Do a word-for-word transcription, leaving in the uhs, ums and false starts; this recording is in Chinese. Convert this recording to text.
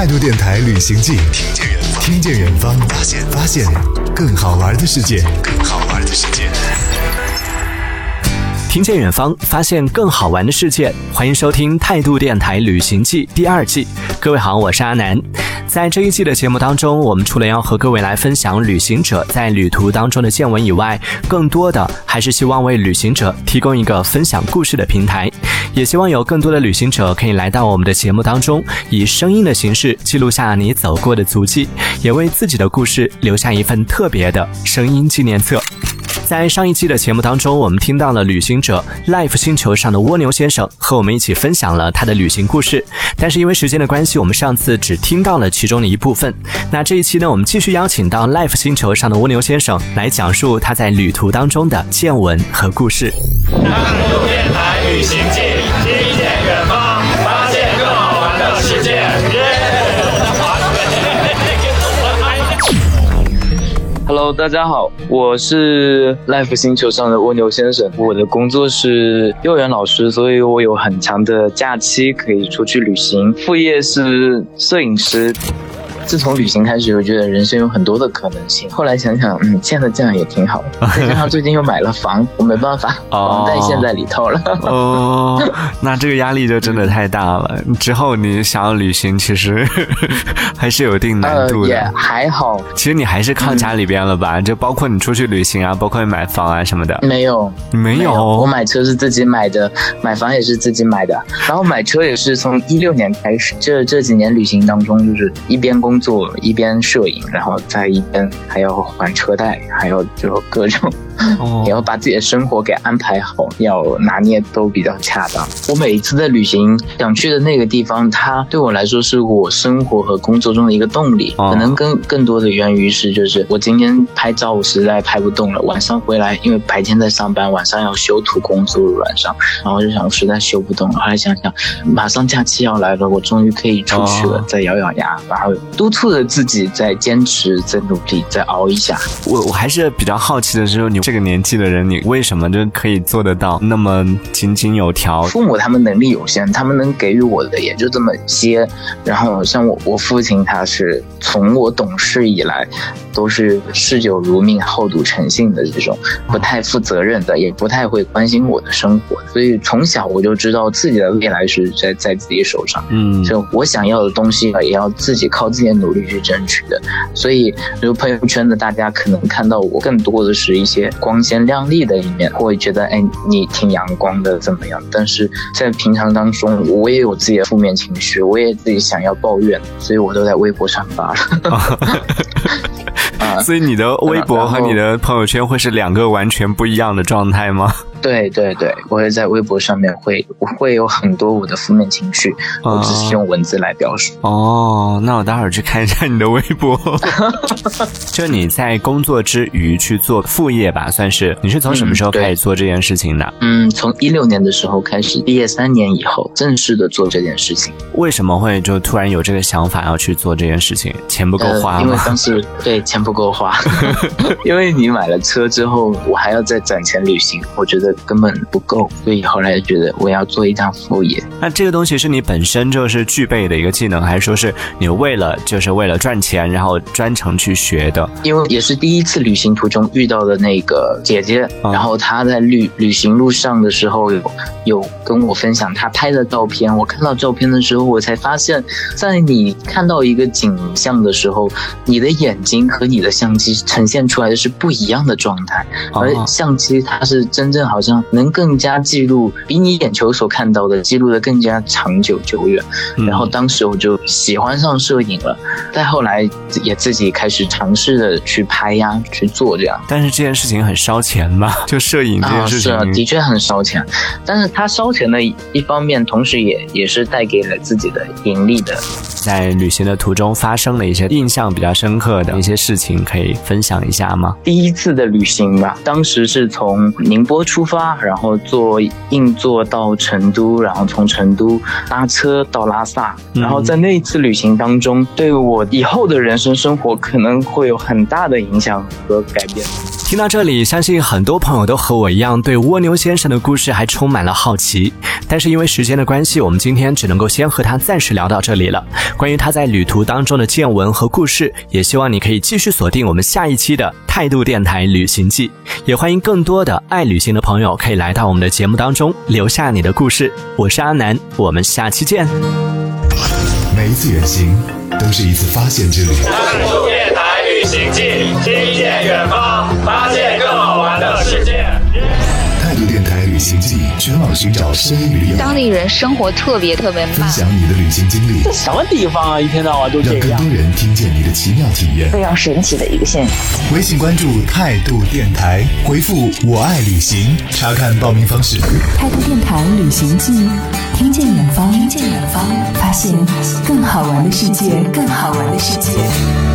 态度电台旅行记，听见远方，发现发现更好玩的世界，更好玩的世界。 听见远方，发现更好玩的世界。欢迎收听态度电台旅行记第二季。各位好，我是阿南。在这一季的节目当中，我们除了要和各位来分享旅行者在旅途当中的见闻以外，更多的还是希望为旅行者提供一个分享故事的平台，也希望有更多的旅行者可以来到我们的节目当中，以声音的形式记录下你走过的足迹，也为自己的故事留下一份特别的声音纪念册。在上一期的节目当中，我们听到了旅行者 Life 星球上的蜗牛先生和我们一起分享了他的旅行故事，但是因为时间的关系，我们上次只听到了其中的一部分。那这一期呢，我们继续邀请到 Life 星球上的蜗牛先生来讲述他在旅途当中的见闻和故事。 态度电台旅行记，听见远方，发现更好玩的世界。 Hello， 大家好，我是 Life 星球上的蜗牛先生。我的工作是幼儿园老师，所以我有很长的假期可以出去旅行。副业是摄影师。自从旅行开始，我觉得人生有很多的可能性。后来想想，嗯，现在这样也挺好。再加上最近又买了房，我没办法，房贷现在里头了。 哦，那这个压力就真的太大了。之后你想要旅行，其实还是有一定难度的。 呃、也还好。 其实你还是靠家里边了吧？嗯、就包括你出去旅行啊，包括你买房啊什么的。 没有， 没有。 没有我买车是自己买的，买房也是自己买的，然后买车也是从一六年开始。这这几年旅行当中，就是一边工作一边摄影，然后在一边还要还车贷，还要就各种，哦、也要把自己的生活给安排好，要拿捏都比较恰当。我每一次的旅行想去的那个地方，它对我来说是我生活和工作中的一个动力，哦、可能更更多的源于是就是我今天拍照我实在拍不动了，晚上回来因为白天在上班，晚上要修图工作晚上，然后就想我实在修不动了，后来想想马上假期要来了，我终于可以出去了，哦、再咬咬牙，然后督促着自己再坚持再努力再熬一下。 我我还是比较好奇的是，你这个年纪的人，你为什么就可以做得到那么井井有条？ 父母他们能力有限，他们能给予我的也就这么些，然后像我我父亲他是从我懂事以来都是嗜酒如命好赌成性的这种不太负责任的，也不太会关心我的生活，所以从小我就知道自己的未来是在在自己手上，嗯，所以我想要的东西也要自己靠自己的努力去争取的。所以比如朋友圈的大家可能看到我更多的是一些光鲜亮丽的一面，会觉得哎你挺阳光的怎么样，但是在平常当中我也有自己的负面情绪，我也自己想要抱怨，所以我都在微博上发了。 啊、所以你的微博和你的朋友圈会是两个完全不一样的状态吗？ 对对对，我会在微博上面会我会有很多我的负面情绪，我只是用文字来表述。 哦，那我待会儿去看一下你的微博。就你在工作之余去做副业吧，算是。你是从什么时候开始做这件事情的？ 嗯，从一六年的时候开始，毕业三年以后正式的做这件事情。 为什么会就突然有这个想法要去做这件事情？钱不够花吗？ 呃、因为当时对钱不够花，因为你买了车之后，我还要再攒钱旅行，我觉得根本不够，所以后来觉得我要做一项副业。 那这个东西是你本身就是具备的一个技能，还是说是你为了就是为了赚钱然后专程去学的？ 因为也是第一次旅行途中遇到的那个姐姐，嗯、然后她在旅旅行路上的时候有有跟我分享她拍的照片，我看到照片的时候我才发现，在你看到一个景象的时候，你的眼睛和你的相机呈现出来的是不一样的状态，而相机它是真正好像能更加记录，比你眼球所看到的记录的更加长久久远。嗯、然后当时我就喜欢上摄影了，再后来也自己开始尝试的去拍呀去做这样。 但是这件事情很烧钱吧？就摄影这件事情， 啊，是啊，的确很烧钱。但是它烧钱的一方面，同时也也是带给了自己的盈利的。 在旅行的途中发生了一些印象比较深刻的一些事情，可以分享一下吗？ 第一次的旅行吧，当时是从宁波出发，然后坐硬座到成都，然后从成都搭车到拉萨，然后在那一次旅行当中，对我以后的人生生活可能会有很大的影响和改变。 听到这里，相信很多朋友都和我一样对蜗牛先生的故事还充满了好奇，但是因为时间的关系，我们今天只能够先和他暂时聊到这里了。关于他在旅途当中的见闻和故事，也希望你可以继续锁定我们下一期的态度电台旅行记，也欢迎更多的爱旅行的朋友可以来到我们的节目当中留下你的故事。我是阿南，我们下期见。 每一次远行都是一次发现之旅。 态度电台旅行记，听见远方，发现更好玩的世界。 态度电台旅行记，全网寻找声音旅游。 当地人生活特别特别慢， 分享你的旅行经历。 这什么地方啊，一天到晚都这样。 让更多人听见你的奇妙体验。 非常神奇的一个现象。 微信关注态度电台，回复我爱旅行，查看报名方式。 态度电台旅行记，听见远方，听见远方，发现更好玩的世界，更好玩的世界。